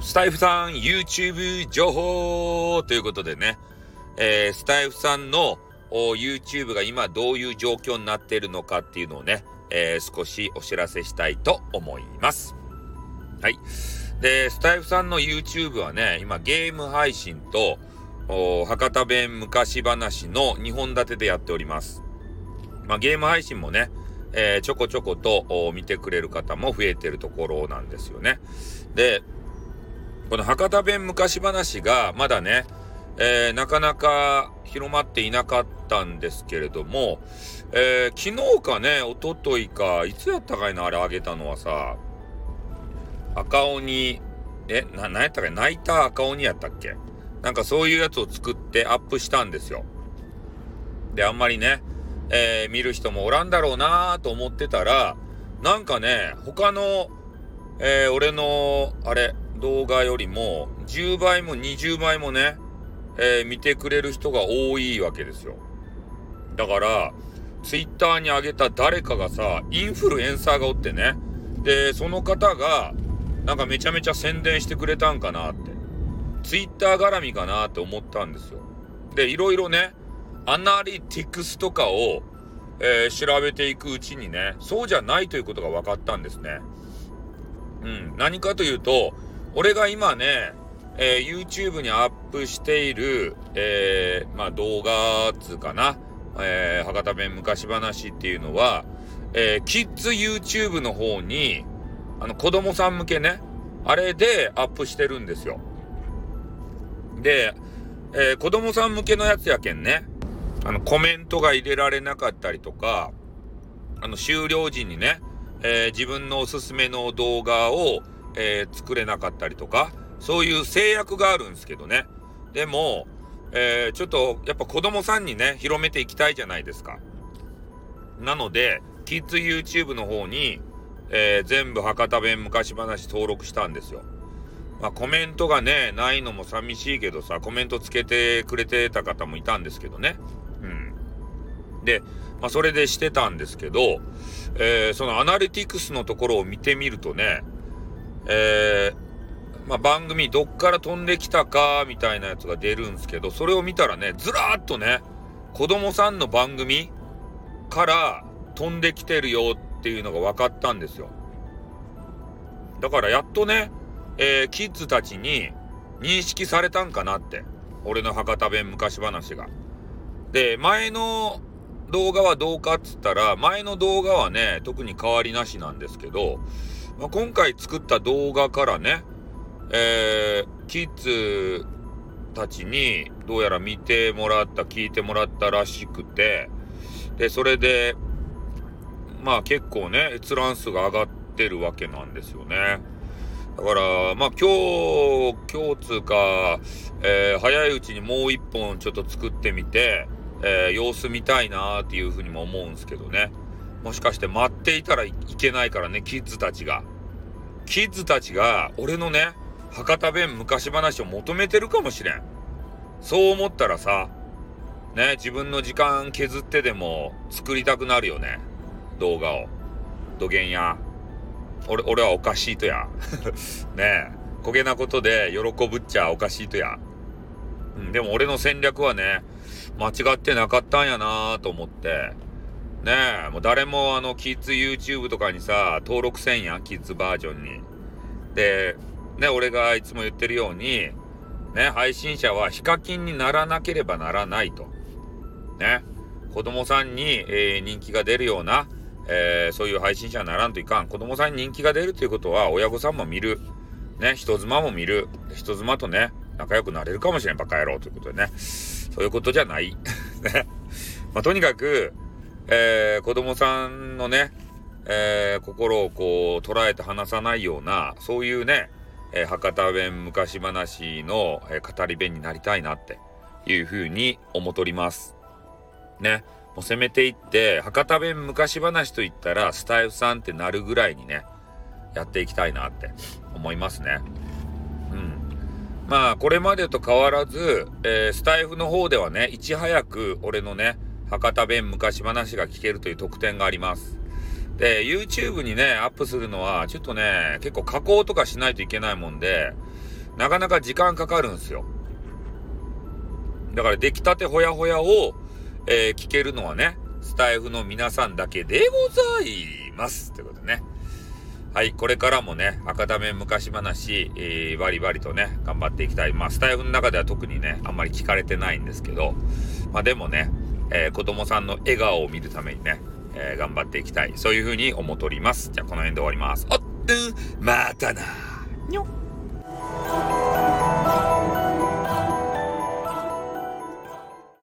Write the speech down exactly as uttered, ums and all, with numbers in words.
スタイフさん YouTube 情報ということでね、えー、スタイフさんの YouTube が今どういう状況になっているのかっていうのをね、えー、少しお知らせしたいと思います。はい。で、スタイフさんの YouTube はね、今ゲーム配信と博多弁昔話のにほん立てでやっております。まあ、ゲーム配信もね、えー、ちょこちょこと見てくれる方も増えてるところなんですよね。で、この博多弁昔話がまだね、えー、なかなか広まっていなかったんですけれども、えー、昨日かね、一昨日か、いつやったかいな、あれあげたのはさ、赤鬼、え、な、なんやったかい、泣いた赤鬼やったっけ？なんかそういうやつを作ってアップしたんですよ。で、あんまりね、えー、見る人もおらんだろうなーと思ってたら、なんかね、他の、えー、俺の、あれ、動画よりもじゅうばいもにじゅうばいもね、えー、見てくれる人が多いわけですよ。だからツイッターに上げた誰かがさ、インフルエンサーがおってね、でその方がなんかめちゃめちゃ宣伝してくれたんかなって、ツイッター絡みかなって思ったんですよ。でいろいろね、アナリティクスとかを、えー、調べていくうちにね、そうじゃないということが分かったんですね。うん、何かというと、俺が今ね、えー、YouTube にアップしている、えー、まあ動画つうかな、えー、博多弁昔話っていうのは、えー、キッズ YouTube の方に、あの子供さん向けね、あれでアップしてるんですよ。で、えー、子供さん向けのやつやけんね、あのコメントが入れられなかったりとか、あの終了時にね、えー、自分のおすすめの動画を、えー、作れなかったりとか、そういう制約があるんですけどね。でも、えー、ちょっとやっぱ子供さんにね、広めていきたいじゃないですか。なのでキッズ YouTube の方に、えー、全部博多弁昔話登録したんですよ。まあコメントがねないのも寂しいけどさ、コメントつけてくれてた方もいたんですけどね。うんで、まあそれでしてたんですけど、えー、そのアナリティクスのところを見てみるとね、えー、まあ番組どっから飛んできたかみたいなやつが出るんですけど、それを見たらね、ずらーっとね、子供さんの番組から飛んできてるよっていうのが分かったんですよ。だからやっとね、えー、キッズたちに認識されたんかなって、俺の博多弁昔話が。で、前の動画はどうかっつったら、前の動画はね、特に変わりなしなんですけど、まあ、今回作った動画からね、えー、キッズたちにどうやら見てもらった、聞いてもらったらしくて、で、それで、まあ結構ね、閲覧数が上がってるわけなんですよね。だから、まあ今日、今日つうか、えー、早いうちにもう一本ちょっと作ってみて、えー、様子見たいなーっていうふうにも思うんですけどね。もしかして待っていたらいけないからね、キッズたちが。キッズたちが俺のね、博多弁昔話を求めてるかもしれん。そう思ったらさ、ね、自分の時間削ってでも作りたくなるよね、動画を。どげんや。俺、俺はおかしいとや。ねえ、こげなことで喜ぶっちゃおかしいとや。うん、でも俺の戦略はね、間違ってなかったんやなと思って。ねえ、もう誰もあのキッズ YouTube とかにさ、登録せんやん、キッズバージョンに。で、ね、俺がいつも言ってるように、ね、配信者はヒカキンにならなければならないと。ね、子供さんに、えー、人気が出るような、えー、そういう配信者にならんといかん。子供さんに人気が出るということは、親御さんも見る。ね、人妻も見る。人妻とね、仲良くなれるかもしれん、バカ野郎ということでね。そういうことじゃない。ね。まあ、とにかく、えー、子供さんのね、えー、心をこう、捉えて離さないような、そういうね、えー、博多弁昔話の、えー、語り弁になりたいなっていうふうに思っております。ね。もう攻めていって、博多弁昔話といったら、スタイフさんってなるぐらいにね、やっていきたいなって思いますね。うん。まあ、これまでと変わらず、えー、スタイフの方ではね、いち早く俺のね、博多弁昔話が聞けるという特典があります。で、YouTube にね、アップするのは、ちょっとね、結構加工とかしないといけないもんで、 なかなか時間かかるんですよ。だから出来たてほやほやを、えー、聞けるのはね、スタイフの皆さんだけでございます。ということでね。はい、これからもね、博多弁昔話、えー、バリバリとね、頑張っていきたい。まあ、スタイフの中では特にね、あんまり聞かれてないんですけど、まあでもね、えー、子供さんの笑顔を見るためにね、えー、頑張っていきたい。そういう風に思っております。じゃあこの辺で終わります。おっと、またな。にょっ。